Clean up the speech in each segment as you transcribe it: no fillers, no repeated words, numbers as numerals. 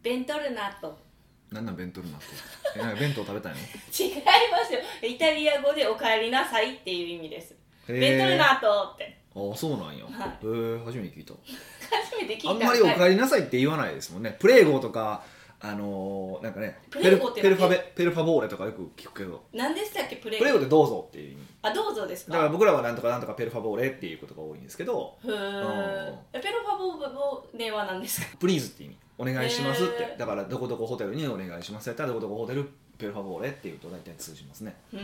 ベントルナート。 なんなんベントルナってなんか弁当食べたいの？ 違いますよ。イタリア語でお帰りなさいっていう意味です。ベントルナートって。 ああそうなんや、 はい、 初めて聞いた。 初めて聞いた。 あんまりお帰りなさいって言わないですもんね。プレーゴとかなんかね、ペルファボーレとかよく聞くけど。 何でしたっけプレーゴ？ プレーゴってどうぞっていう意味。 あ、どうぞですか。 だから僕らはなんとかなんとかペルファボーレっていうことが多いんですけど。 ペルファボーレは何ですか？ プリーズって意味。お願いしますって。だからどこどこホテルにお願いしますやったらどこどこホテルペルファボーレっていうと大体通じますね。 はい、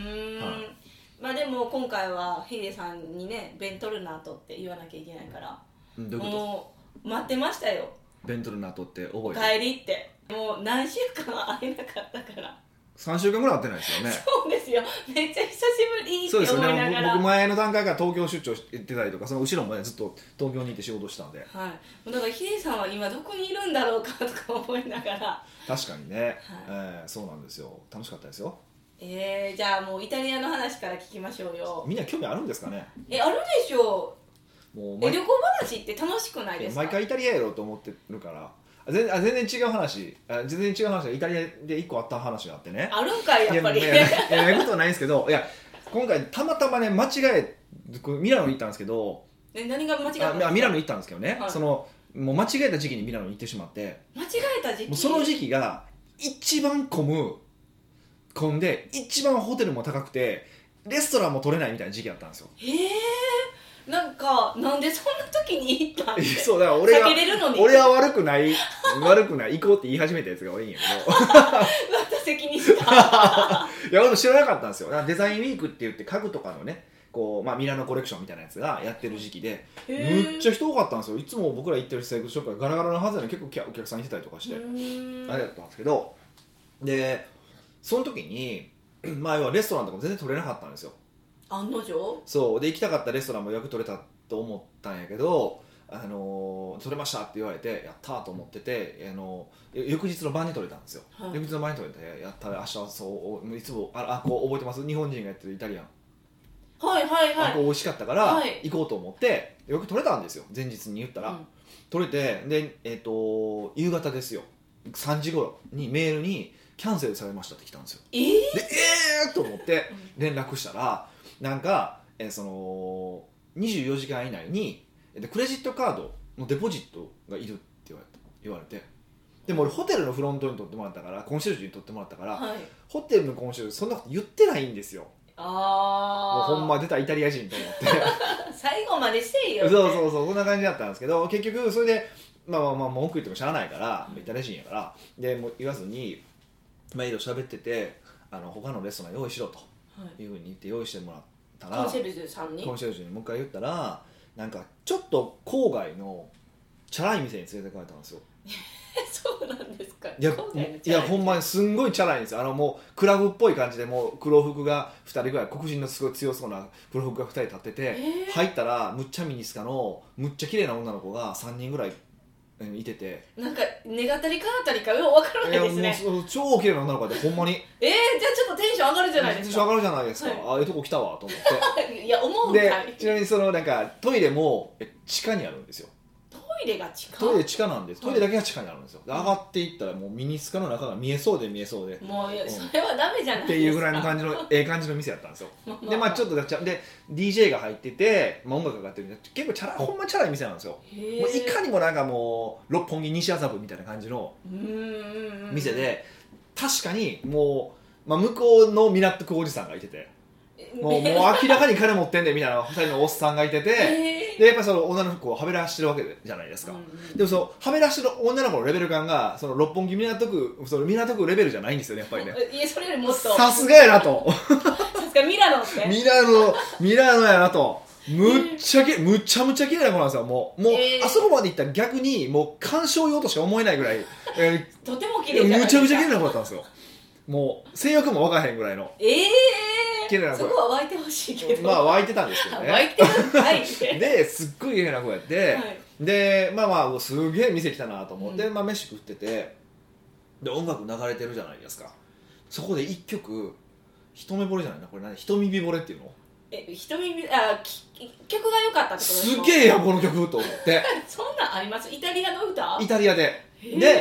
まあでも今回はヒデさんにねベントルナートって言わなきゃいけないから、 どういうこと？ もう待ってましたよ。 ベントルナートって覚えてる？ 帰りってもう何週間会えなかったから 3週間ぐらい会ってないですよね。 そうですよ。めっちゃ久しぶりって思いながら。 僕前の段階から東京出張してたりとかその後ろもねずっと東京にいて仕事したんで、 はい、だからヒデさんは今どこにいるんだろうかとか思いながら。 確かにね、 はい、 そうなんですよ。楽しかったですよ。 じゃあもうイタリアの話から聞きましょうよ。 みんな興味あるんですかね？ あるでしょう。 もう旅行話って楽しくないですか？ 毎回イタリアやろうと思ってるから全然違う話がイタリアで1個あった話があってね。 あるんかいやっぱり。 やことはないんですけど、いや今回たまたまね間違えミラノに行ったんですけど。 何が間違ったんですか？ ミラノに行ったんですけどね、 はい、 もう間違えた時期にミラノに行ってしまって。 間違えた時期？ もうその時期が一番混んで一番ホテルも高くてレストランも取れないみたいな時期だったんですよ。 なんでそんな時に行ったんでそうだから避けれるのに俺は悪くない行こうって言い始めたやつが多いんやけどまた責任したいや俺知らなかったんですよ。だからデザインウィークって言って家具とかのねこう、ミラノコレクションみたいなやつがやってる時期でむっちゃ人多かったんですよ。いつも僕ら行ってるセレクトショップがガラガラのはずなのに結構お客さんいてたりとかしてあれだったんですけど、でその時に要はレストランとかも全然取れなかったんですよ。 案の定？ そうで行きたかったレストランも予約取れたと思ったんやけど、取れましたって言われてやったーと思ってて、翌日の晩に取れたんですよ、はい、翌日の晩に取れてやったら明日そういつもこう覚えてます？日本人がやってるイタリアン、 はいはいはい、 こう美味しかったから、 はい、 行こうと思ってよく取れたんですよ。前日に言ったら、取れてで、夕方ですよ3時頃にメールにキャンセルされましたって来たんですよ。でと思って連絡したらなんか、24時間以内にクレジットカードのデポジットがいるって言われて、でも俺ホテルのフロントに取ってもらったからコンシェルジュに取ってもらったから、はい、ホテルのコンシェルジュそんなこと言ってないんですよ。もうほんま出たイタリア人と思って最後までせいよって。 そうそんな感じだったんですけど結局それで文句言ってもしゃあないから、イタリア人やからでもう言わずにいろいろ喋ってて他のレストラン用意しろというふうに言って用意してもらったら、 コンシェルジュさんにもう一回言ったらなんかちょっと郊外のチャラい店に連れてかれたんですよそうなんですか。 いやほんまにすんごいチャラいんですよ。もうクラブっぽい感じでもう黒服が2人ぐらい黒人のすごい強そうな黒服が2人立ってて、入ったらむっちゃミニスカのむっちゃ綺麗な女の子が3人ぐらいいてて、 なんか願ったりかなったりかよく分からないですね。 もう超綺麗な女の子でほんまにじゃあちょっとテンション上がるじゃないですか。 テンション上がるじゃないですか、はい、あいうとこ来たわと思っていや思うんかい。 でちなみになんかトイレも地下にあるんですよ。 トイレが地下？ トイレ地下なんです。トイレだけが地下にあるんですよ。で上がっていったらもうミニスカの中が見えそうでもうそれはダメじゃないですかっていうぐらいの感じの感じの店やったんですよでちょっとで DJ が入ってて、音楽がかかってるんで結構ほんまチャラい店なんですよ。もういかにもなんかもう六本木西麻布みたいな感じの店で、確かにもう、向こうの港区おじさんがいててもう明らかに金持ってんでみたいな2人のおっさんがいてて、でやっぱりその女の子をはべらしてるわけじゃないですか、でもそのはべらしてる女の子のレベル感がその六本木港区レベルじゃないんですよねやっぱりね。 いやそれよりもっとさすがやなとさすがミラノってミラノやなとむっちゃむちゃ綺麗な子なんですよ。もうあそこまで行ったら逆にもう鑑賞用としか思えないぐらい、 とても綺麗じゃないですか。 むちゃむちゃ綺麗な子だったんですよ。もう性欲も分からへんぐらいの綺麗な子。 そこは湧いてほしいけど湧いてたんですけどね。 湧いてるはいですっごい綺麗な子やって、はい、ですげえ店来たなと思って、飯食っててで音楽流れてるじゃないですか。そこで一曲一目惚れじゃないなこれ何瞳見惚れっていうの曲が良かったってことですか？ すげえやこの曲と思ってそんなんあります？イタリアの歌？ イタリアで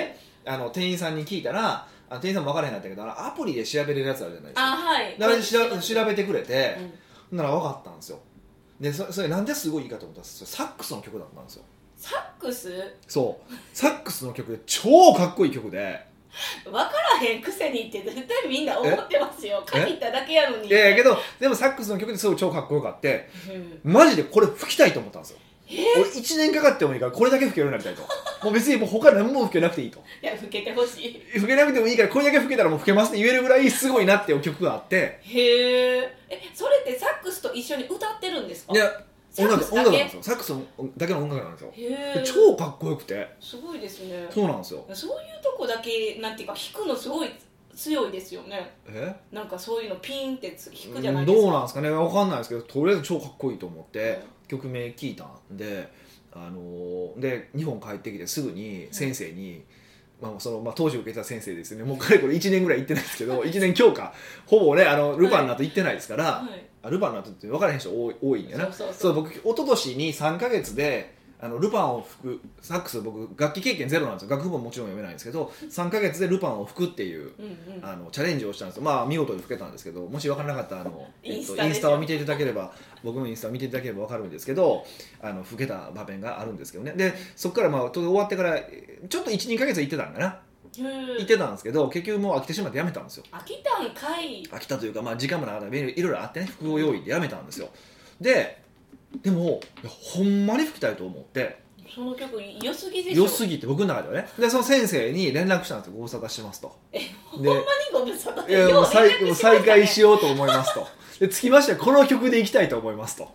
店員さんに聞いたら店員さんも分からへんかったけどアプリで調べれるやつあるじゃないですか。 はい、 だから調べてくれて、なら分かったんですよ。でそれなんですごいいいかと思ったらサックスの曲だったんですよ。 サックス？ そうサックスの曲で超かっこいい曲で分からへんくせにって絶対みんな思ってますよ。限っただけやのに。 いやいやけどでもサックスの曲ですごい超かっこよかって、マジでこれ吹きたいと思ったんですよ。俺1年かかってもいいからこれだけ吹けるようになりたいと。もう別にもう他何も吹けなくていいと。 いや吹けてほしい。 吹けなくてもいいからこれだけ吹けたらもう吹けますって言えるぐらいすごいなっていう曲があって。 へえ。それってサックスと一緒に歌ってるんですか？ いや音楽なんですよ。サックスだけの音楽なんですよ。 へー、 超かっこよくてすごいですね。 そうなんですよ。 そういうとこだけなんていうか弾くのすごい強いですよね。なんかそういうのピンって弾くじゃないですか。 どうなんですかね、わかんないですけどとりあえず超かっこいいと思って、曲名聞いたんでで日本帰ってきてすぐに先生に、当時受けた先生ですね、もうかれこれ1年ぐらい行ってないですけど1年強化ほぼねルパンの後行ってないですから、ルパンの後って分からへん人多いんやな。そう僕一昨年に3ヶ月でルパンを吹くサックス僕楽器経験ゼロなんですよ。楽譜ももちろん読めないんですけど3ヶ月でルパンを吹くっていう、チャレンジをしたんですよ。見事に吹けたんですけど、もし分からなかったらインスタを見ていただければ僕のインスタを見ていただければ分かるんですけど吹けた場面があるんですけどね。でそこから終わってからちょっと 1,2 ヶ月行ってたんかな。行ってたんですけど結局もう飽きてしまってやめたんですよ。 飽きたんかい。飽きたというか、時間もなかったらいろいろあってね服を用意でやめたんですよ。でもほんまに吹きたいと思ってその曲良すぎでしょ。 良すぎて僕の中ではね。でその先生に連絡したんですよ。ご無沙汰してますと。 ほんまにご無沙汰でもう再開しようと思いますと。でつきましてはこの曲でいきたいと思いますと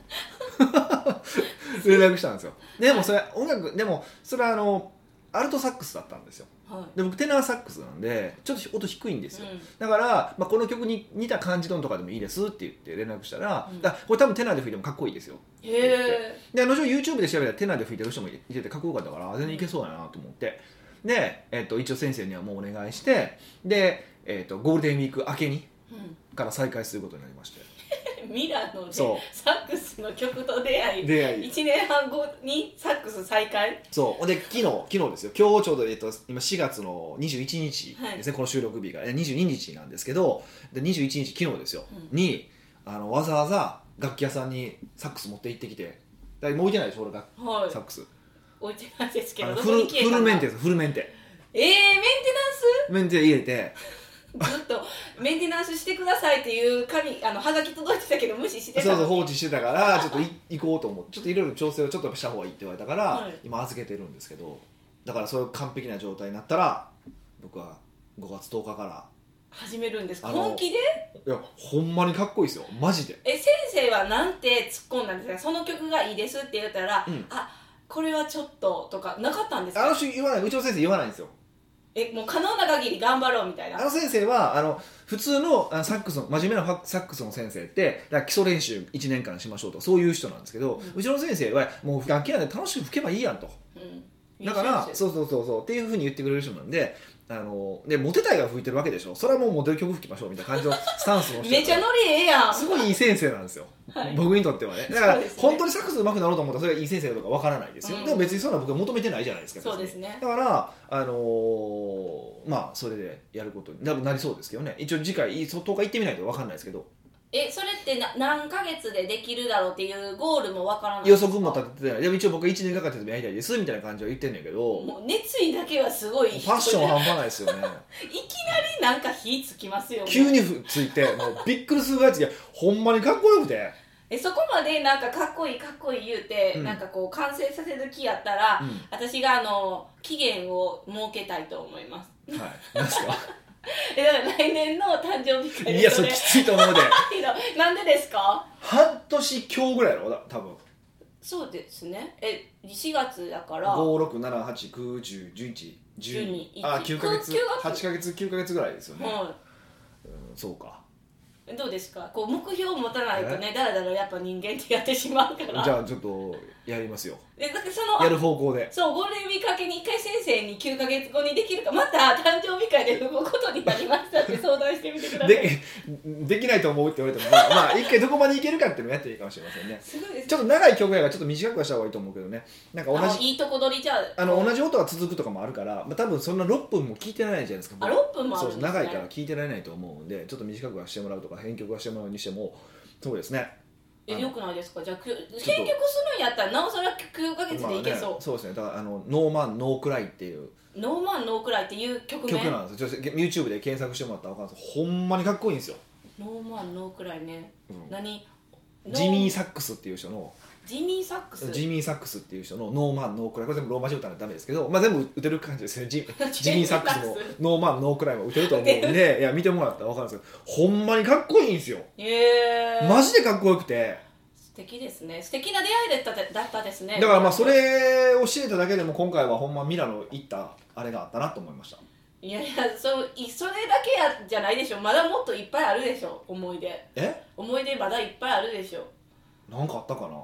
連絡したんですよ。でもそれ音楽でもそれはアルトサックスだったんですよ。で僕テナーサックスなんでちょっと音低いんですよ。だから、この曲に似た感じのとかでもいいですって言って連絡したら、これ多分テナーで吹いてもかっこいいですよって言って、で後ほど YouTube で調べたらテナーで吹いてる人もいててかっこよかったから全然いけそうだなと思って、で、一応先生にはもうお願いして、で、ゴールデンウィーク明けにから再開することになりまして、 ミラノでサックスの曲と出会い1年半後にサックス再開。 そうで昨日ですよ。今日ちょうど、今4月の21日ですね、この収録日が22日なんですけど、で21日昨日ですよ、にわざわざ楽器屋さんにサックス持って行ってきて、だもう置いてないでしょ俺が、サックス置いてないですけどフルメンテです。フルメンテメンテナンス入れてずっとメンテナンスしてくださいっていうはがき届いてたけど無視してたのに。 そう放置してたからちょっと行こうと思ってちょっといろいろ調整をちょっとした方がいいって言われたから、今預けてるんですけど、だからそういう完璧な状態になったら僕は5月10日から始めるんですか。本気で？ いやほんまにかっこいいですよマジで。 先生はなんて突っ込んだんですか。その曲がいいですって言ったら、これはちょっととかなかったんですか。 言わない。うちの先生言わないんですよ。 もう可能な限り頑張ろうみたいな。 先生は普通のサックスの真面目なサックスの先生ってだから基礎練習1年間しましょうとそういう人なんですけど、うちの先生はもう楽器なんで楽しく吹けばいいやんと、だからそうっていうふうに言ってくれる人なんで、でモテたいが吹いてるわけでしょ。それはもうモテる曲吹きましょうみたいな感じのスタンスの人めちゃノリええやん。 すごいいい先生なんですよ、僕にとってはね。だから、本当にサックス上手くなろうと思ったらそれがいい先生とかわからないですよ、でも別にそんな僕は求めてないじゃないですか。 そうですね。 だからそれでやることに多分なりそうですけどね。一応次回10日行ってみないとわかんないですけど、 それって何ヶ月でできるだろうっていうゴールもわからない予測も立ててない。でも一応僕は1年かかってやりたいですみたいな感じは言ってんねんけど、 もう熱意だけはすごい。 ファッション半端ないですよねいきなりなんか火つきますよね。 急についてもうびっくりするぐらいついてほんまにかっこよくてそこまでなんかかっこいい言うて、なんかこう完成させる気やったら、私が期限を設けたいと思います。 何ですかだから来年の誕生日会で。 いやそれきついと思うでなんでですか。 半年今日ぐらいやろ多分。 そうですね。4月だから 56789101112あ9ヶ月8ヶ月9ヶ月ぐらいですよね、そうか。 どうですか。こう目標を持たないとねだらだらやっぱ人間ってやってしまうから。 じゃあちょっとやりますよ。 でだからそのやる方向で。 そうゴールデンウィーク明けに1回先生に9ヶ月後にできるかまた誕生日会で産むことになりましたって相談してみてください。 できないと思うって言われてもまあ一回どこまでいけるかっていうのをやっていいかもしれませんね。 すごいですね。 ちょっと長い曲やからちょっと短くはした方がいいと思うけどね。なんか同じいいとこ取りじゃ同じ音が続くとかもあるから、まあ、多分そんな6分も聞いてられないじゃないですか。 6分もあるんですね。 そう長いから聞いてられないと思うんで、ちょっと短くはしてもらうとか編曲はしてもらうにしてもそうですね。 よくないですか。じゃあ編曲するんやったらなおさら9ヶ月でいけそう、 まあね、そうですね。だからノーマンノークライっていうノーマンノークライっていう曲なんですよ。YouTube で検索してもらったら分かるんですよ。ほんまにかっこいいんですよ。 ノーマンノークライね、何ジミー・サックスっていう人のジミー・サックスっていう人のノーマンノークライ、これ全部ローマ字打たないとダメですけど、まあ、全部打てる感じですね。ジミー・サックスのノーマンノークライも打てると思うんでいや見てもらったら分かるんですけど、ほんまにかっこいいんですよ。マジでかっこよくて素敵ですね。素敵な出会いだったですね。 だからまあそれを知れただけでも今回はほんまミラノ行ったあれがあったなと思いました。 いやいや、それだけじゃないでしょ。まだもっといっぱいあるでしょ。思い出まだいっぱいあるでしょ。 なんかあったかな。 そも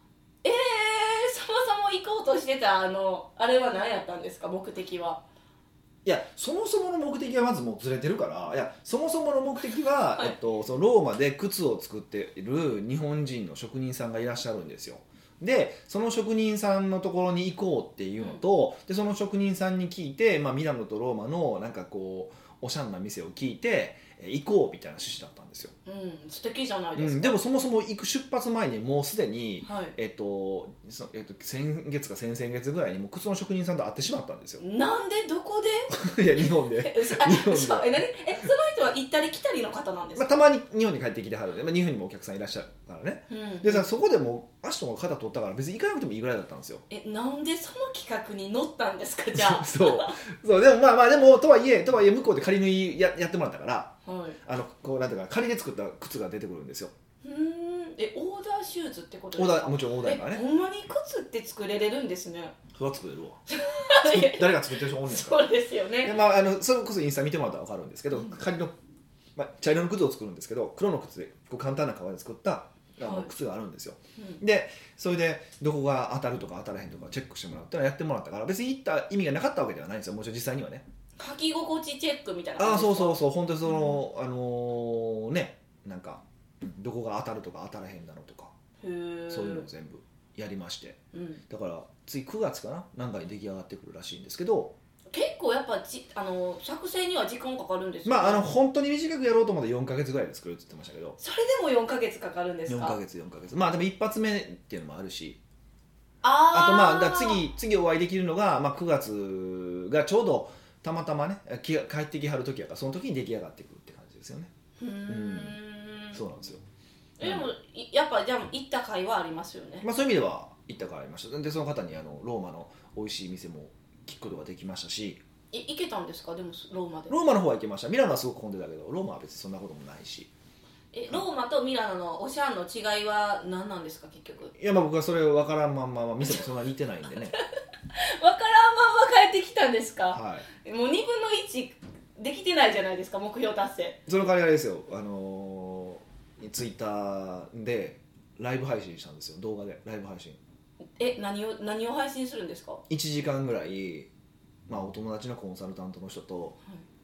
そも行こうとしてたあれは何やったんですか、目的は。 いやそもそもの目的はまずもうずれてるから、いやそもそもの目的は、はい、そのローマで靴を作っている日本人の職人さんがいらっしゃるんですよ。でその職人さんのところに行こうっていうのと、でその職人さんに聞いて、まあ、ミラノとローマのなんかこうおしゃんな店を聞いて行こうみたいな趣旨だったんですよ。 素敵じゃないですか。 でもそもそも行く出発前にもうすでに、 はい、 先月か先々月ぐらいにもう靴の職人さんと会ってしまったんですよ。 なんでどこでいや日本でその人は行ったり来たりの方なんですか。 たまに日本に帰ってきてはるんで、日本にもお客さんいらっしゃるからね、でさそこでもう足と肩取ったから別に行かなくてもいいぐらいだったんですよ。 なんでその企画に乗ったんですかじゃあそうでもまあでもとはいえ向こうで仮縫いやってもらったから、 はい、 こうなんていうか仮で作った靴が出てくるんですよ。 オーダーシューズってことですか。 もちろんオーダーがね。 ほんまに靴って作れるんですね。 それは作れるわ誰が作ってる人おんねんから。そうですよね。 で、それこそインスタ見てもらったら分かるんですけど、仮の、茶色の靴を作るんですけど、黒の靴でこう簡単な革で作った靴があるんですよ、でそれでどこが当たるとか当たらへんとかチェックしてもらったらやってもらったから、別に行った意味がなかったわけではないんですよ。もちろん実際にはね、 履き心地チェックみたいな感じですか。 そう本当にその、なんかどこが当たるとか当たらへんだろうとか、そういうのを全部やりまして、だから次9月かななんかに出来上がってくるらしいんですけど、 結構やっぱ作成には時間かかるんですよね。 本当に短くやろうと思って4ヶ月ぐらいで作るって言ってましたけど、 それでも4ヶ月かかるんですか。 4ヶ月でも一発目っていうのもあるし、 あと次お会いできるのが、9月がちょうどたまたまね帰ってきはる時やから、その時に出来上がってくるって感じですよね。そうなんですよ。 でもやっぱじゃあ行った甲斐はありますよね。 そういう意味では行った甲斐ありました。でその方にローマの美味しい店も聞くことができましたし。 行けたんですか。でもローマで。 ローマの方は行けました。ミラノはすごく混んでたけど、ローマは別にそんなこともないし。 ローマとミラノのおしゃんの違いは何なんですか結局。 いや僕はそれ分からんまんま、店もそんなに似てないんでね分からんまんま帰ってきたんですか。 はい、 もう2分の1できてないじゃないですか、目標達成。 その代わりあれですよ、ツイッターでライブ配信したんですよ。動画でライブ配信。 何を配信するんですか。 1時間ぐらい、お友達のコンサルタントの人と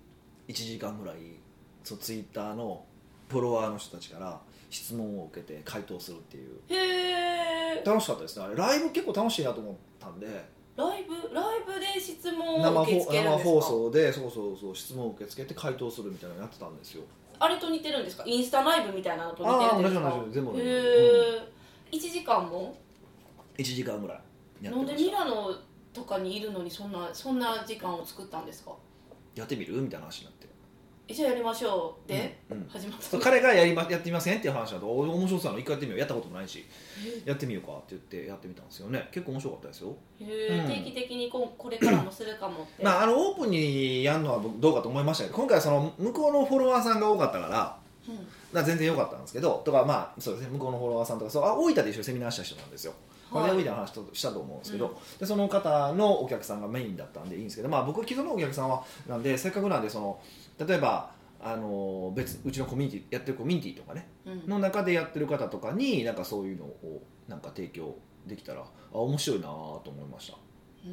1時間ぐらい、ツイッターのフォロワーの人たちから質問を受けて回答するっていう。 へー、 楽しかったですね。あれライブ結構楽しいなと思ったんで、 ライブで質問を受け付けるんですか。 生放送でそう質問を受け付けて回答するみたいなのやってたんですよ。 あれと似てるんですか。インスタライブみたいなのと似てるんですか。 同じ全部同じ。 1時間も 1時間ぐらいやってなました。 んでミラノとかにいるのにそんな時間を作ったんですか。 やってみるみたいな話になって、 じゃあやりましょうで、始まった。 彼がやってみませんっていう話だと、面白そうなの一回やってみよう、やったこともないしやってみようかって言ってやってみたんですよね。結構面白かったですよ。 定期的にこれからもするかもってオープンにやるのはどうかと思いましたけど、今回はその向こうのフォロワーさんが多かったから、全然良かったんですけど、とかそうですね、向こうのフォロワーさんとか大分で一緒にセミナーした人なんですよ。これ大分の話したと思うんですけど、でその方のお客さんがメインだったんでいいんですけど、僕既存のお客さんはなんで、せっかくなんで例えばうちのコミュニティやってるコミュニティとかね、の中でやってる方とかになんかそういうのをなんか提供できたら面白いなと思いました。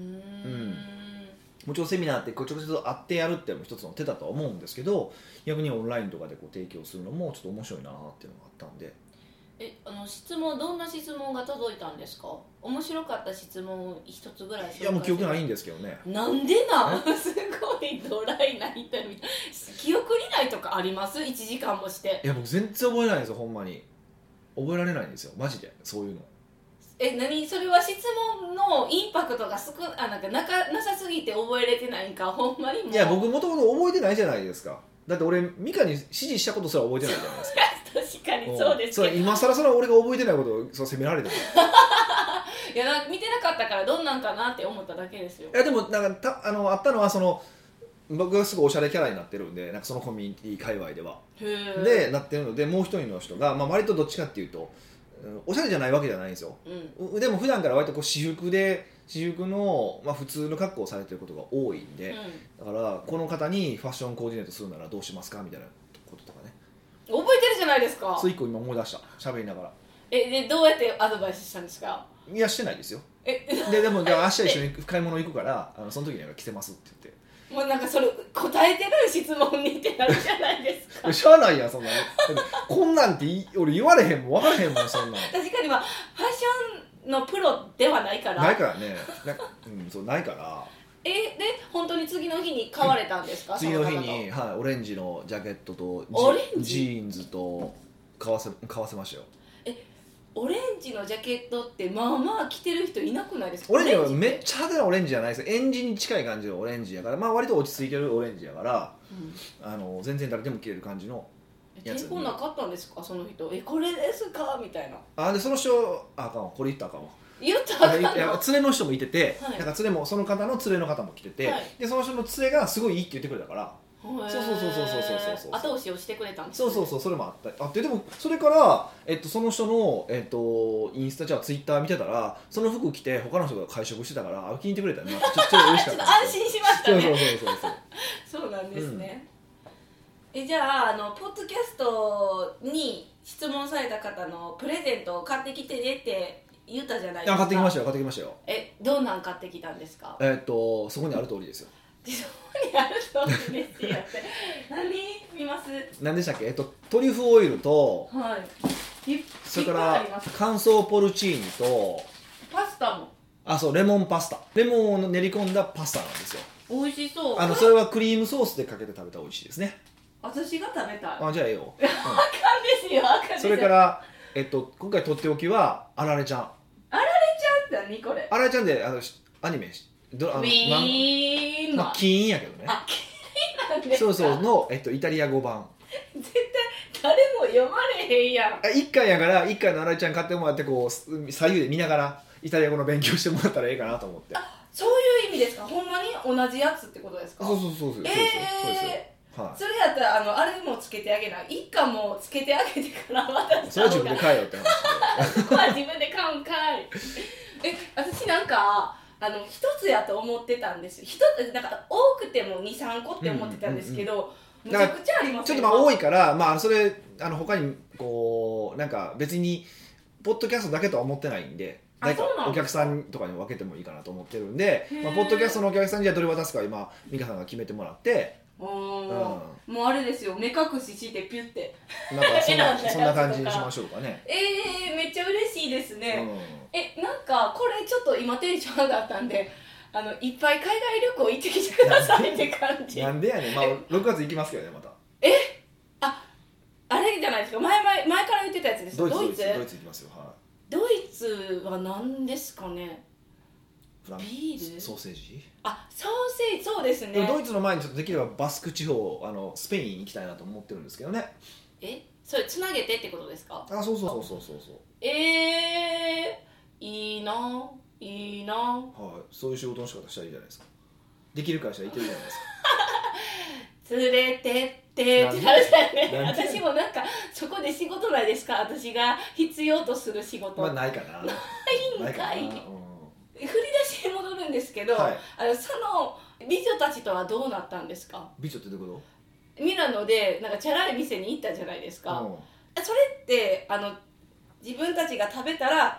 もちろんセミナーって直接会ってやるっていうのも一つの手だとは思うんですけど、逆にオンラインとかで提供するのもちょっと面白いなっていうのがあったんで。 どんな質問が届いたんですか？面白かった質問一つぐらい。 いやもう記憶ないんですけどね。 なんでなんすごいドライな人みたいな。記憶にないとかあります？1時間もして。 いや僕全然覚えないんですよ、ほんまに覚えられないんですよマジで、そういうの。 それは質問のインパクトがなさすぎて覚えれてないんか、ほんまにもう。 いや僕もともと覚えてないじゃないですか。だって俺ミカに指示したことすら覚えてないじゃないですか。 確かにそうですけど、 今更それは俺が覚えてないことを責められてるいや見てなかったからどんなんかなって思っただけですよ。 いやでもなんかあったのは僕がすごいおしゃれキャラになってるんで、なんかそのコミュニティ界隈ではでなってるので、もう一人の人が、割とどっちかっていうとおしゃれじゃないわけじゃないんですよ、でも普段から割とこう私服の、普通の格好をされてることが多いんで、だからこの方にファッションコーディネートするならどうしますかみたいなこととかね。 覚えてるじゃないですか。 そう一個今思い出した、喋りながら。 でどうやってアドバイスしたんですか？ いやしてないですよ。でもじゃあ明日一緒に買い物行くからその時には着せますって言って。 もうなんかそれ答えてる質問にってなるじゃないですか。 しゃあないやんそんなのこんなんて俺言われへんもん分からへんもんそんなん。 確かにファッションのプロではないからねそうないから。 で本当に次の日に買われたんですか？ 次の日に、オレンジのジャケットとジーンズと買わせましたよ。 オレンジのジャケットってまあまあ着てる人いなくないですか？ オレンジはめっちゃ派手なオレンジじゃないです。エンジに近い感じのオレンジやから、割と落ち着いてるオレンジやから、全然誰でも着れる感じのやつ。 抵抗なかったんですかその人？これですかみたいな。 でその人あかんわ、これ言ったらあかんわ。 言ったらあかんの？ 連れの人もいてて、 はい、 なんか連れもその方の連れの方も来てて、でその人の連れがすごいいいって言ってくれたから、そう後押しをしてくれたんですね。 そうそれもあって、でもそれから、その人の、インスタじゃあツイッター見てたら、その服着て他の人が会食してたから気に入ってくれたよな。ちょっと嬉しかった。 安心しましたね。 そうなんですね、じゃあポッドキャストに質問された方のプレゼントを買ってきてねって言ったじゃないですか。 買ってきましたよ。 どんなん買ってきたんですか？ そこにある通りですよ。 そこにある通りですよって何見ます？ 何でしたっけ？トリュフオイルと、それから乾燥ポルチーニとパスタも。 そうレモンパスタ、レモンを練り込んだパスタなんですよ。 美味しそう。 それはクリームソースでかけて食べたら美味しいですね。 私が食べたい。 じゃあええよ。 あかんですよ。 それから今回とっておきはあられちゃん。 あられちゃんって何これ？ あられちゃんでアニメウィーンのキーンやけどね。 キーンなんですか？ そうのイタリア語版。 絶対誰も読まれへんやん。 1回やから1回のあられちゃん買ってもらってこう左右で見ながらイタリア語の勉強してもらったらええかなと思って。 そういう意味ですか？ほんまに同じやつってことですか？そうですよ。それやったらあれもつけてあげない。一巻もつけてあげてから渡した方が。 それは自分で買えよって話で。そこは自分で買うんかい。私なんか一つやと思ってたんですよ。なんか多くても 2,3 個って思ってたんですけど、むちゃくちゃありますよ。 ちょっと多いからそれ他にこうなんか別にポッドキャストだけとは思ってないんで、お客さんとかに分けてもいいかなと思ってるんで、ポッドキャストのお客さんにじゃあどれ渡すか今美香さんが決めてもらって、 もうあれですよ、目隠ししてピュッてなんかそんな感じにしましょうかね。 めっちゃ嬉しいですね。なんかこれちょっと今テンション上がったんでいっぱい海外旅行行ってきてくださいって感じ。 なんでやねん。6月行きますけどねまた。 あれじゃないですか、前から言ってたやつです。ドイツ行きますよ。 ドイツは何ですかね？ビール？ ソーセージ？ ソーセージ、そうですね。 ドイツの前にちょっとできればバスク地方スペインに行きたいなと思ってるんですけどね。 それつなげてってことですか？ そう。 いいな。 そういう仕事の仕方したらいいじゃないですか。できる会社いてるじゃないですか。 連れてってってなるじゃない。私もなんかそこで仕事ないですか？私が必要とする仕事ないかな。 ないんかい。振り出しに戻るんですけど、その美女たちとはどうなったんですか？ 美女ってどういうこと？ ミラノでなんかチャラい店に行ったじゃないですか。それって自分たちが食べたら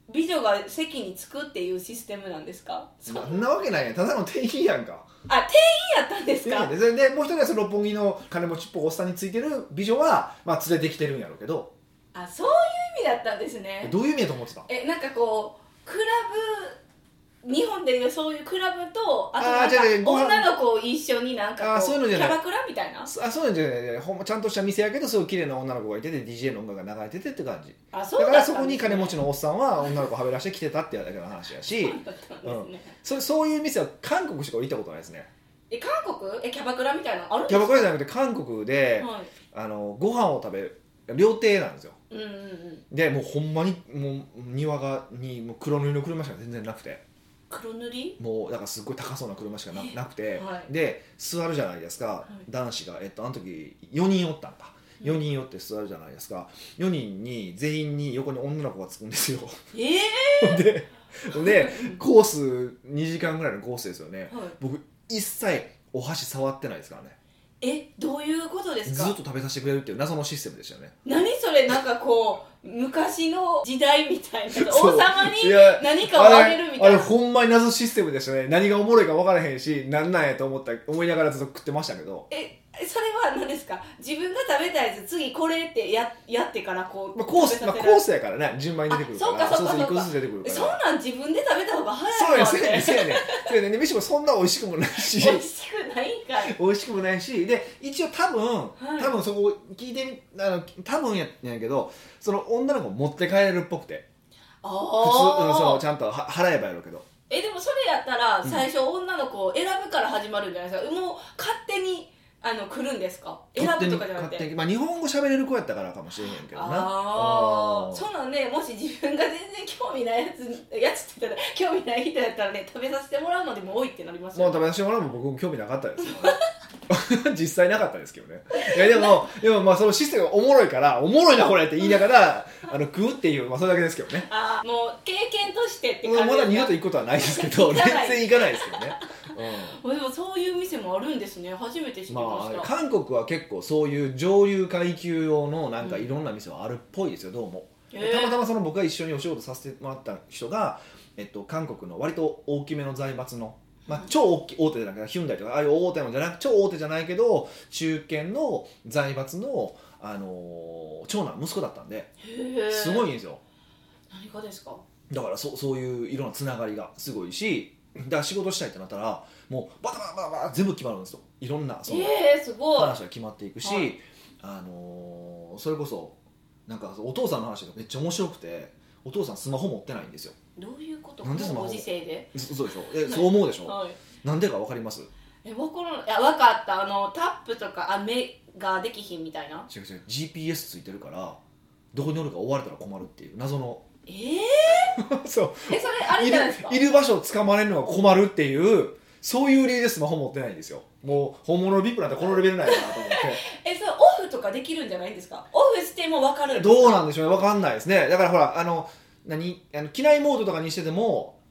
美女が席に着くっていうシステムなんですか？ そんなわけないやん、ただの店員やんか。 あ、店員やったんですか？ でもう一人はその六本木の金持ちっぽいおっさんについてる美女は、まあ、連れてきてるんやろうけど。 あ、そういう意味だったんですね。 どういう意味だと思ってた？ なんかこうクラブ、日本でいうそういうクラブと、あとなんか女の子を一緒になんかこう、 そういうのじゃない、 キャバクラみたいな。 そういうのじゃない、ほんまちゃんとした店やけどすごい綺麗な女の子がいてて DJ の音楽が流れててって感じ。 あ、そうだだったんですね。 からそこに金持ちのおっさんは女の子をはべらして来てたっていうだけの話やしそういう店は韓国しか行ったことないですね。 韓国？キャバクラみたいなのあるんですか？ キャバクラじゃなくて韓国で、はい、ご飯を食べる料亭なんですよ。でもうほんまにもう庭にもう黒塗りの車しか全然なくて。 黒塗り？ もうだからすっごい高そうな車しか なくて、 はい、 で座るじゃないですか、はい、男子が、あの時4人おったんだ、4人寄って座るじゃないですか。4人に全員に横に女の子がつくんですよ。でコース2時間ぐらいのコースですよね、はい、僕一切お箸触ってないですからね。 どういうことですか？ ずっと食べさせてくれるっていう謎のシステムでしたよね。 何それ、なんかこう昔の時代みたいな、王様に何かをあげるみたいな。 あれほんまに謎システムでしたね。何がおもろいか分からへんし、なんなんやと思いながらずっと食ってましたけど。 それは何ですか？自分が食べたやつ次これってやってからこう、 コースやからね、順番に出てくるから。 そうか 1個ずつ出てくるから。 そんなん自分で食べた方が早いわって。 そうやね。むしろそんな美味しくもないし美味しくないんかい。 美味しくもないし、で一応多分そこ聞いて多分やけど、その女の子持って帰れるっぽくて、普通ちゃんと払えばやろうけど。 でもそれやったら最初女の子を選ぶから始まるんじゃないですか。もう勝手に来るんですか？選ぶとかじゃなくて、 まあ、日本語喋れる子やったからかもしれへんけどな。 そうなんで、もし自分が全然興味ないやつって言ったら興味ない人やったらね、食べさせてもらうのでも多いってなりますよね。 もう食べさせてもらうのも僕も興味なかったですよ実際なかったですけどね。いやでもまあそのシステムがおもろいからおもろいなこれって言いながら食うっていう、まあそれだけですけどね。 もう経験としてって感じですか？ まだ二度と行くことはないですけど全然行かないですけどね。 でもそういう店もあるんですね。初めて知りました。 韓国は結構そういう上流階級用のなんかいろんな店はあるっぽいですよ、どうも。たまたまその僕が一緒にお仕事させてもらった人が、韓国の割と大きめの財閥の、まあ、超大手じゃなくてヒュンダイとかああいう大手のじゃなく超大手じゃないけど中堅の財閥の、長男息子だったんですごいんですよ。 何がですか？ だからそういういろんなつながりがすごいし、だから仕事したいってなったらもうバタバタバタバタ全部決まるんですよ。いろんなその話が決まっていくし、それこそなんかお父さんの話がめっちゃ面白くて、お父さんスマホ持ってないんですよ。 どういうこと？ なんでスマホ？ ご時世で？ そうでしょ。そう思うでしょ。 はい、 なんでか分かります？ 分かった。タップとか目ができひんみたいな。 違う GPS ついてるからどこにおるか追われたら困るっていう謎の。そうそれあれじゃないですか？ いる場所を捕まれるのが困るっていうそういう理由でスマホ持ってないんですよ。もう本物の VIP なんてこのレベルないなと思ってそれオフとかできるんじゃないんですか？オフしても分かるんですか？ どうなんでしょうね、分かんないですね。だからほら機内モードとかにしてても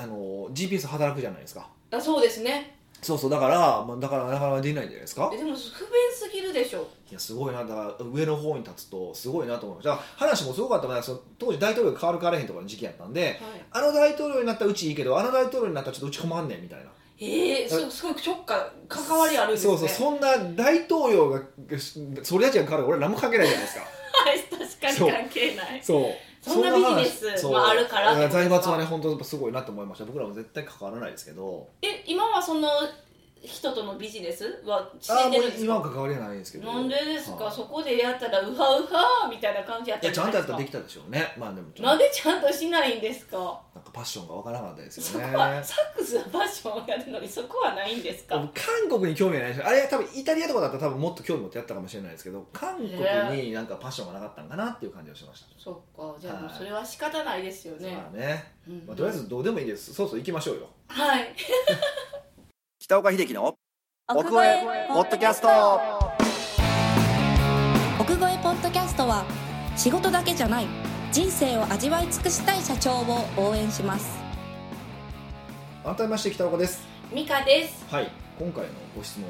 GPS 働くじゃないですか。 そうですね。 そうだからなかなかできないんじゃないですか。 でも不便すぎるでしょ。 いやすごいな。だから上の方に立つとすごいなと思いました。だから話もすごかったのは当時大統領が変わる変われへんとかの時期やったんで、はい、あの大統領になったらうちいいけどあの大統領になったらちょっとうち困んねんみたいな。 すごいショック関わりあるんですね。 そうそんな大統領がそれたちが変わる俺何も関係ないじゃないですか確かに関係ない。そんなビジネスもあるからってことですか？ 財閥はね本当すごいなと思いました。僕らも絶対関わらないですけど。 今はその人とのビジネスはしてるんですか？ 今は関わりはないですけど。なんでですか？そこでやったらウハウハみたいな感じやったんじゃないですか？ ちゃんとやったらできたでしょうね。まあでもなんでちゃんとしないんですか？ なんかパッションがわからなかったですよね。 そこはサックスはパッションをやるのにそこはないんですか？ 韓国に興味はないです。あれ多分イタリアとかだったら多分もっと興味持ってやったかもしれないですけど、韓国になんかパッションがなかったんかなっていう感じがしました。 そっか、じゃあもうそれは仕方ないですよね。 そうだね。とりあえずどうでもいいです。そう行きましょうよ。 はい北岡秀樹の奥越えポッドキャスト。 奥越えポッドキャストは仕事だけじゃない人生を味わい尽くしたい社長を応援します。 改めまして北岡です。 美香です。 はい、今回のご質問は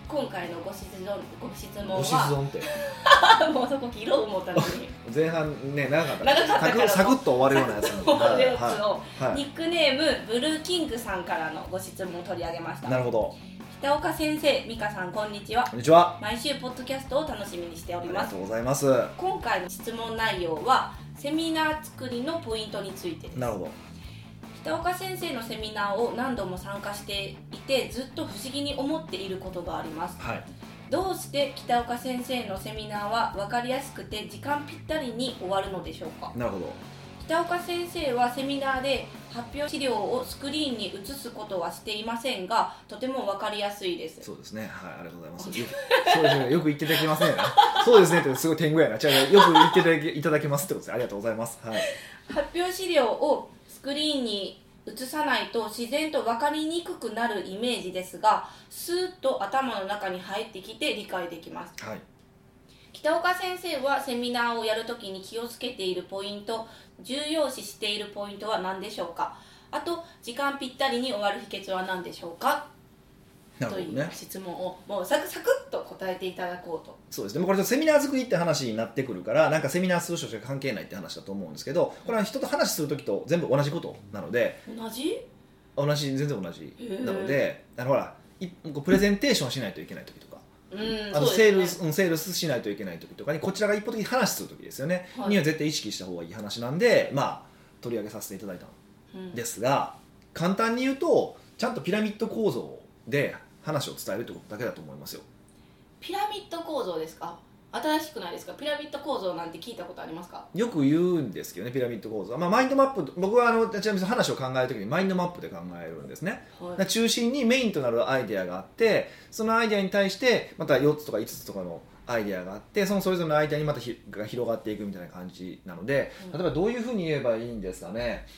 今回のご質問はご質問ってもうそこ切ろう思ったのに前半ね長かったからサクッと終わるようなやつに終わるやつを、 はい、 ニックネームブルーキングさんからのご質問を取り上げました。 なるほど。 北岡先生、美香さん、こんにちは。 こんにちは。 毎週ポッドキャストを楽しみにしております。 ありがとうございます。 今回の質問内容はセミナー作りのポイントについてです。 なるほど。 北岡先生のセミナーを何度も参加していてずっと不思議に思っていることがあります、 はい、 どうして北岡先生のセミナーは分かりやすくて時間ぴったりに終わるのでしょうか。 なるほど。 北岡先生はセミナーで発表資料をスクリーンに映すことはしていませんがとても分かりやすいです。 そうですね、はい、ありがとうございます。そうですね、よく言っていただきますねそうですねってすごい天狗やな。違う、よく言っていただきますってことです。ありがとうございます、はい、 発表資料をスクリーンに映さないと自然と分かりにくくなるイメージですがスーッと頭の中に入ってきて理解できます、 はい、 北岡先生はセミナーをやるときに気をつけているポイント、重要視しているポイントは何でしょうか。あと時間ぴったりに終わる秘訣は何でしょうか、 なるほどね、 という質問をもうサクッと答えていただこうと。 そうですね。これセミナー作りって話になってくるからなんかセミナーする人しか関係ないって話だと思うんですけど、これは人と話するときと全部同じことなので、全然同じなので、ほらプレゼンテーションしないといけないときとか、セールスしないといけないときとかにこちらが一方的に話するときですよね、はい、には絶対意識した方がいい話なんで、取り上げさせていただいたんですが、簡単に言うとちゃんとピラミッド構造で話を伝えるってことだけだと思いますよ。 ピラミッド構造ですか。新しくないですか。ピラミッド構造なんて聞いたことありますか。 よく言うんですけどね、ピラミッド構造は、マインドマップ、僕はちなみに話を考えるときにマインドマップで考えるんですね、はい、中心にメインとなるアイデアがあってそのアイデアに対してまた4つとか5つとかのアイデアがあってそのそれぞれのアイデアにまたが広がっていくみたいな感じなので、例えばどういうふうに言えばいいんですかね。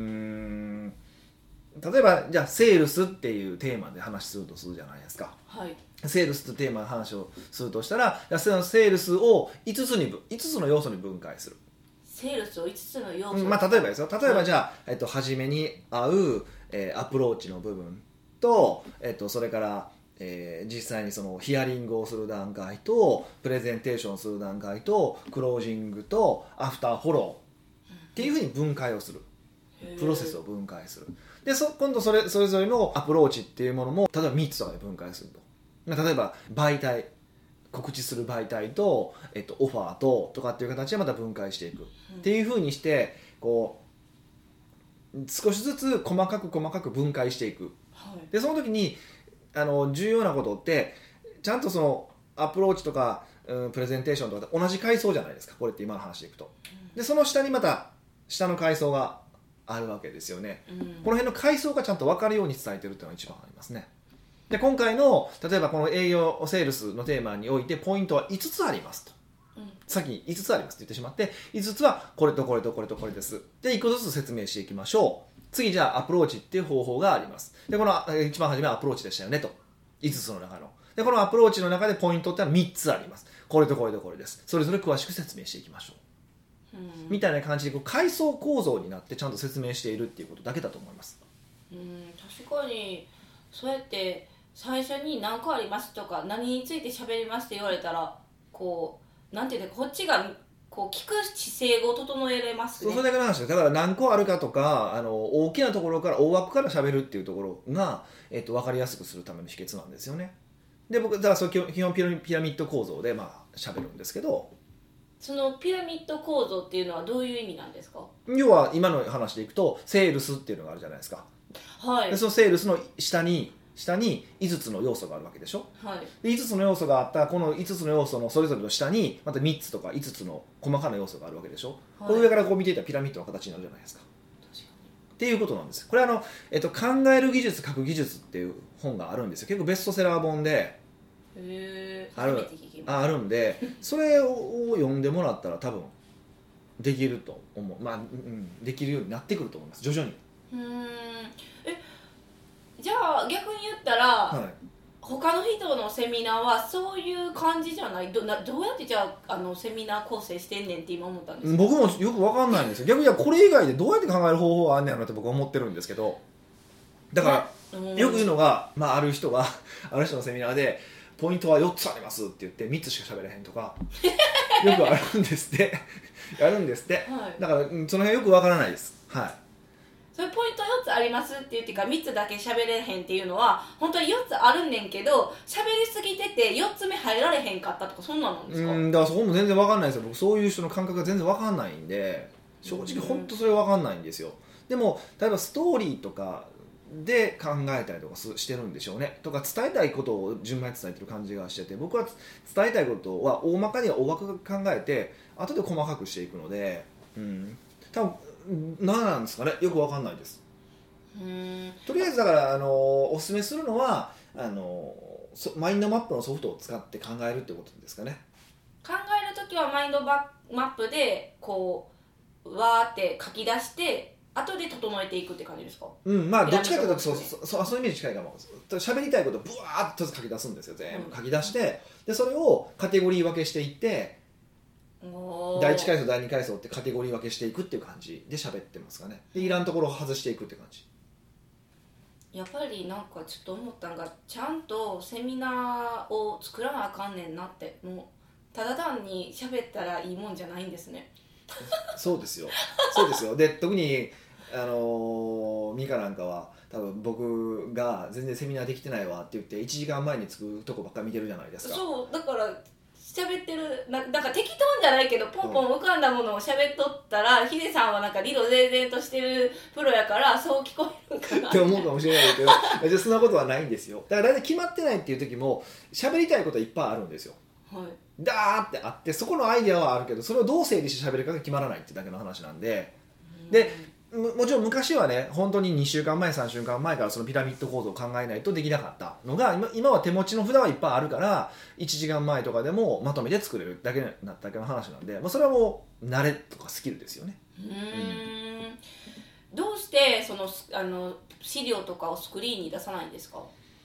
例えばじゃあセールスっていうテーマで話するとするじゃないですか、はい、セールスっていうテーマで話をするとしたらそのセールスを5つの要素に分解する。 セールスを5つの要素、 例えばですよ。例えばじゃあ、初めに会う、アプローチの部分と、それから、実際にそのヒアリングをする段階とプレゼンテーションする段階とクロージングとアフターフォローっていうふうに分解をする、プロセスを分解する。で今度それぞれのアプローチっていうものも例えば3つとかで分解すると。例えば媒体、告知する媒体と、オファーとかっていう形でまた分解していく、っていうふうにしてこう少しずつ細かく分解していく、はい、でその時に重要なことってちゃんとそのアプローチとか、プレゼンテーションとか同じ階層じゃないですか、これって今の話でいくと。でその下にまた下の階層があるわけですよね、この辺の階層がちゃんと分かるように伝えてるっていうのが一番ありますね。で今回の例えばこの営業セールスのテーマにおいてポイントは5つありますと、さっき5つありますって言ってしまって5つはこれとこれとこれとこれです。で1個ずつ説明していきましょう。次じゃあアプローチっていう方法があります。でこの一番初めはアプローチでしたよねと、5つの中のでこのアプローチの中でポイントってのは3つあります。これとこれとこれです。それぞれ詳しく説明していきましょう、みたいな感じでこう階層構造になってちゃんと説明しているっていうことだけだと思います。 確かにそうやって最初に何個ありますとか何について喋りますって言われたらこうなんていうかこっちがこう聞く姿勢を整えれますね。 それだけの話です。だから何個あるかとか大きなところから大枠から喋るっていうところが、分かりやすくするための秘訣なんですよね。で僕だからその基本ピラミッド構造で喋るんですけど、 そのピラミッド構造っていうのはどういう意味なんですか。 要は今の話でいくとセールスっていうのがあるじゃないですか、はい、でそのセールスの下に5つの要素があるわけでしょ、はい、で5つの要素があったこの5つの要素のそれぞれの下にまた3つとか5つの細かな要素があるわけでしょ、はい、これ上からこう見ていたらピラミッドの形になるじゃないですか。確かにっていうことなんです。これ考える技術書く技術っていう本があるんですよ。結構ベストセラー本であるんでそれを読んでもらったら多分できると思う。できるようになってくると思います、徐々に。 じゃあ逆に言ったら、はい、他の人のセミナーはそういう感じじゃない。どうやってじゃあセミナー構成してんねんって今思ったんですけど、 僕もよく分かんないんですよ。逆にこれ以外でどうやって考える方法があんねやろって僕は思ってるんですけど、だからよく言うのが、ある人のセミナーでポイントは4つありますって言って3つしか喋れへんとかよくあるんですってやるんですって、 はい、 だからその辺よくわからないです。はい、 それポイント4つありますって言ってから3つだけ喋れへんっていうのは本当に4つあるんねんけど喋りすぎてて4つ目入られへんかったとかそんなんなんですか？ だからそこも全然わかんないですよ。僕そういう人の感覚が全然わかんないんで正直本当それわかんないんですよ。でも例えばストーリーとかで考えたりとかしてるんでしょうね。とか伝えたいことを順番に伝えてる感じがしてて、僕は伝えたいことは大まかには大枠考えて後で細かくしていくので、多分何なんですかね、よくわかんないです。とりあえずだからおすすめするのはマインドマップのソフトを使って考えるってことですかね。 考えるときはマインドマップでこうわーって書き出して後で整えていくって感じですか？ まあどっちかというとそういうイメージ近いかも。喋りたいことをブワーッと書き出すんですよ。全部書き出して、でそれをカテゴリー分けしていって第1階層第2階層ってカテゴリー分けしていくっていう感じで喋ってますかね。でいらんところを外していくって感じ。 やっぱりなんかちょっと思ったのがちゃんとセミナーを作らなあかんねんなって。もうただ単に喋ったらいいもんじゃないんですね。 そうですよそうですよ。で特にミカなんかは多分僕が全然セミナーできてないわって言って1時間前に着くとこばっか見てるじゃないですか。 そうだから喋ってるなんか適当じゃないけどポンポン浮かんだものを喋っとったら、ヒデさんはなんか理路整然としてるプロやからそう聞こえるかなって思うかもしれないけど別にそんなことはないんですよ。だから大体決まってないっていう時も喋りたいことはいっぱいあるんですよ。 はい、 ダーってあってそこのアイデアはあるけどそれをどう整理して喋るかが決まらないっていうだけの話なんで、もちろん昔はね本当に2週間前3週間前からそのピラミッド構造を考えないとできなかったのが今は手持ちの札はいっぱいあるから1時間前とかでもまとめて作れるだけの話なんで、それはもう慣れとかスキルですよね。 どうしてその資料とかをスクリーンに出さないんですか？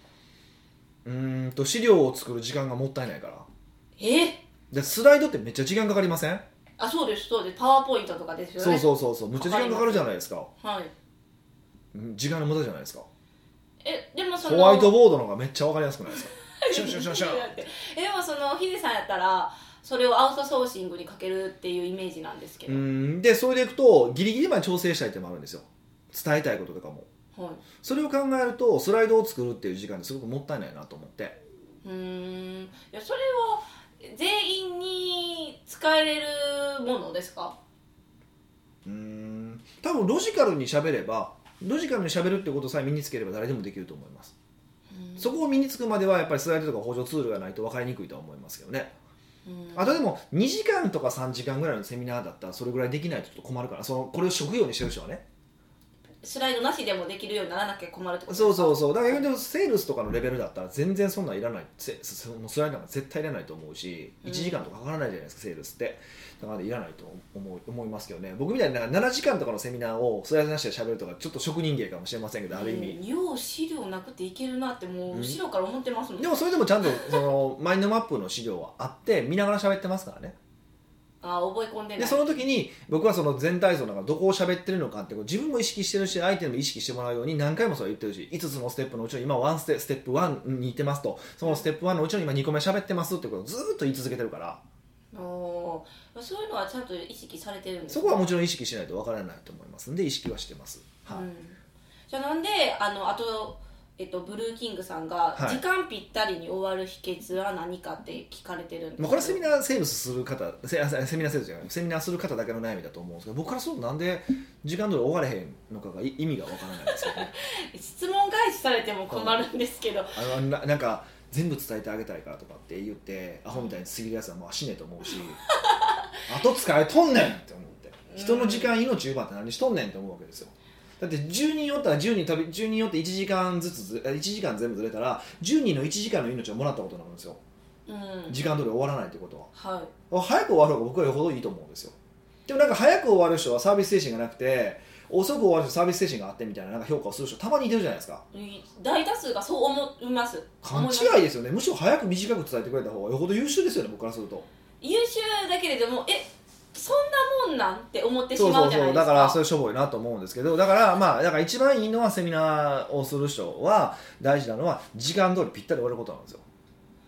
資料を作る時間がもったいないから。でスライドってめっちゃ時間かかりません？ あ、そうですそうです。パワーポイントとかですよね。 そうむっちゃ時間かかるじゃないですか。 はい。 時間の無駄じゃないですか。 でもホワイトボードの方がめっちゃ分かりやすくないですか？シュンシュンシュンシュンでもそのヒデさんやったらそれをアウトソーシングにかけるっていうイメージなんですけど。 でそれでいくとギリギリまで調整したいってのもあるんですよ。伝えたいこととかも。はい、それを考えるとスライドを作るっていう時間ですごくもったいないなと思って。 いやそれを全員に使えれるものですか？ 多分ロジカルに喋ればロジカルに喋るってことさえ身につければ誰でもできると思います。そこを身につくまではやっぱりスライドとか補助ツールがないと分かりにくいとは思いますけどね。あとでも2時間とか3時間ぐらいのセミナーだったらそれぐらいできないとちょっと困るから、これを職業にしてる人はねスライドなしでもできるようにならなきゃ困るってことですか？ そうだからセールスとかのレベルだったら全然そんなんいらない。スライドなんか絶対いらないと思うし、1時間とかかからないじゃないですかセールスって。だからいらないと思いますけどね。僕みたいに7時間とかのセミナーをスライドなしで喋るとかちょっと職人芸かもしれませんけど、ある意味よう資料なくていけるなってもう後ろから思ってますもん。 でもそれでもちゃんとそのマインドマップの資料はあって見ながら喋ってますからね。 覚え込んでない。 でその時に僕はその全体像の中どこを喋ってるのかって自分も意識してるし相手も意識してもらうように何回もそれ言ってるし、5つのステップのうちの今ステップ1に行ってますと、そのステップ1のうちの今2個目喋ってますってことをずっと言い続けてるから。 そういうのはちゃんと意識されてるんですか？ そこはもちろん意識しないとわからないと思いますので意識はしてます。はい、 じゃあなんであとブルーキングさんが時間ぴったりに終わる秘訣は何かって聞かれてるんですけど、 これはセミナーセールスする方セミナーセールスじゃないセミナーする方だけの悩みだと思うんですけど、僕からするとなんで時間通り終われへんのかが意味がわからないですよね質問返しされても困るんですけど、 なんか全部伝えてあげたいからとかって言ってアホみたいに過ぎるやつはもう死ねと思うし後使えとんねんって思って、人の時間命奪って何しとんねんって思うわけですよ。だって10人おったら10人おって1時間1時間全部ずれたら10人の1時間の命をもらったことになるんですよ。時間通り終わらないということは、早く終わる方が僕はよほどいいと思うんですよ。でもなんか早く終わる人はサービス精神がなくて遅く終わる人はサービス精神があってみたいな、なんか評価をする人たまにいてるじゃないですか。 大多数がそう思います。 勘違いですよね。むしろ早く短く伝えてくれた方がよほど優秀ですよね、僕からすると。 優秀だけれどもそんなもんなんって思ってしまうじゃないですか。 だからそれしょぼいなと思うんですけど、だから一番いいのはセミナーをする人は大事なのは時間通りぴったり終わることなんですよ。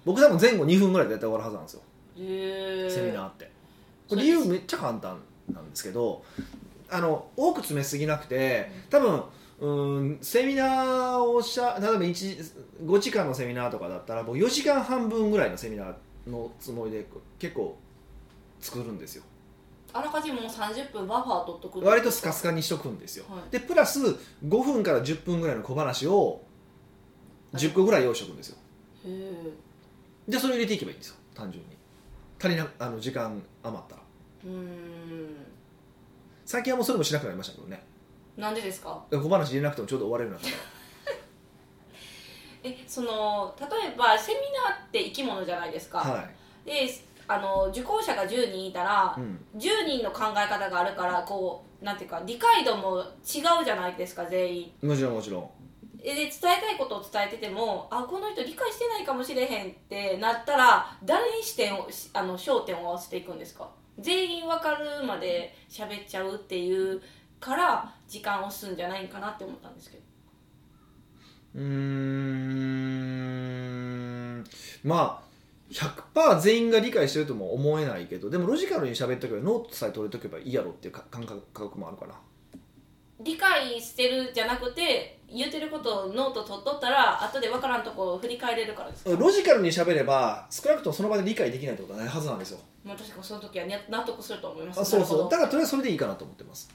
僕多分前後2分ぐらいで絶対終わるはずなんですよ、セミナーって。これ理由めっちゃ簡単なんですけど、多く詰めすぎなくて、多分セミナーを例えば5時間のセミナーとかだったら僕4時間半分ぐらいのセミナーのつもりで結構作るんですよ。 あらかじめもう30分バッファー取っとく。 割とスカスカにしとくんですよ、はい、でプラス5分から10分ぐらいの小話を10個ぐらい用意しとくんですよ。でそれを入れていけばいいんですよ、単純に。足りな時間余ったら。最近はもうそれもしなくなりましたけどね。 なんでですか？ 小話入れなくてもちょうど終われるようになったから例えばセミナーって生き物じゃないですか、 はい、 で受講者が10人いたら、10人の考え方があるからこうなんていうか理解度も違うじゃないですか、全員。 もちろんもちろん。 で伝えたいことを伝えててもこの人理解してないかもしれへんってなったら誰に焦点を合わせていくんですか？全員分かるまで喋っちゃうっていうから時間を押すんじゃないかなって思ったんですけど。 まあ100% 全員が理解してるとも思えないけど、でもロジカルに喋っとけばノートさえ取れとけばいいやろっていう感覚もあるかな。 理解してるじゃなくて言ってることをノート取っとったら後で分からんところを振り返れるからですか？ ロジカルに喋れば少なくともその場で理解できないってことはないはずなんですよ。 まあ、確かにその時は納得すると思います。 そうそう、だからとりあえずそれでいいかなと思ってます。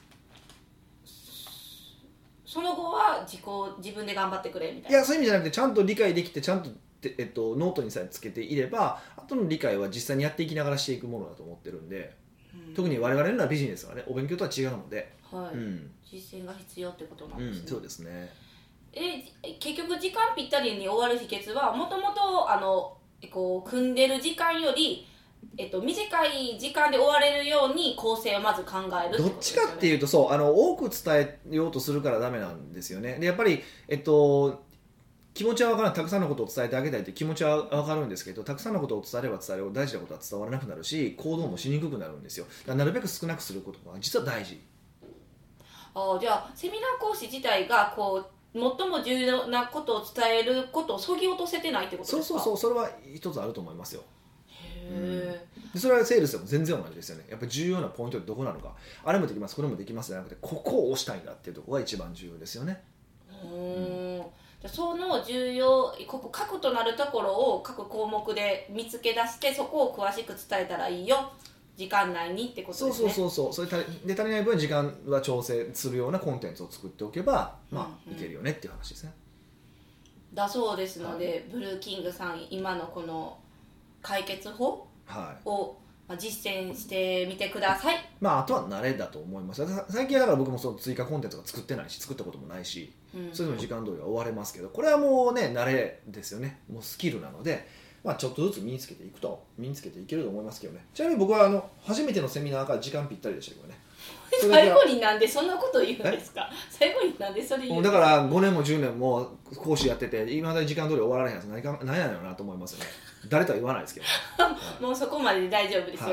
その後は自分で頑張ってくれみたいな。 いやそういう意味じゃなくて、ちゃんと理解できてちゃんとノートにさえつけていれば後の理解は実際にやっていきながらしていくものだと思ってるんで、特に我々のビジネスはねお勉強とは違うので、 はい、実践が必要ってことなんですね。 そうですね。 結局時間ぴったりに終わる秘訣はもともと組んでる時間より、短い時間で終われるように構成をまず考えるってことですよね。どっちかっていうと多く伝えようとするからダメなんですよね。でやっぱり気持ちは分からない、たくさんのことを伝えてあげたいという気持ちは分かるんですけど、たくさんのことを伝えれば伝えるほど大事なことは伝わらなくなるし行動もしにくくなるんですよ。だからなるべく少なくすることが実は大事。じゃあセミナー講師自体が最も重要なことを伝えることをそぎ落とせてないってことですか？そうそれは一つあると思いますよ。でそれはセールスでも全然同じですよね。やっぱり重要なポイントってどこなのか、あれもできますこれもできますじゃなくてここを押したいんだっていうところが一番重要ですよね。 じゃその重要核となるところを各項目で見つけ出してそこを詳しく伝えたらいいよ、時間内にってことですね。 そうそれで足りない分時間は調整するようなコンテンツを作っておけばいけるよねっていう話ですね。 だそうですので、ブルーキングさん今のこの解決法を実践してみてください。 あとは慣れだと思います。最近はだから僕もその追加コンテンツが作ってないし作ったこともないし、それでも時間通りは終われますけど、これはもうね慣れですよね。もうスキルなので、ちょっとずつ身につけていけると思いますけどね。ちなみに僕は初めてのセミナーが時間ぴったりでしたけどね。 最後になんでそんなこと言うんですか？最後になんでそれ言うんですか？ だから5年も10年も講師やってて今まで時間通り終わらないやつ何やろうなと思いますよね。誰とは言わないですけど、 もうそこまでで大丈夫ですよ、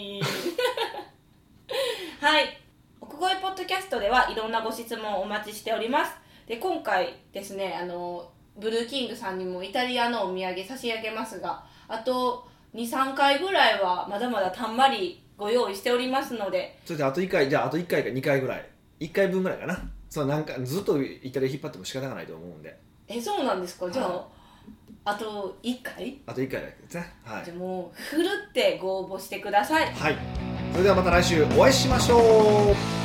はい、奥越ポッドキャストではいろんなご質問をお待ちしております。で今回ですねブルーキングさんにもイタリアのお土産差し上げますが、あと 2,3 回ぐらいはまだまだたんまりご用意しておりますので、 それであと1回か2回ぐらい1回分ぐらいかな。なんかずっとイタリア引っ張っても仕方がないと思うんで。 そうなんですか？じゃああと1回だけですね。 じゃあもうふるってご応募してください。 はい、それではまた来週お会いしましょう。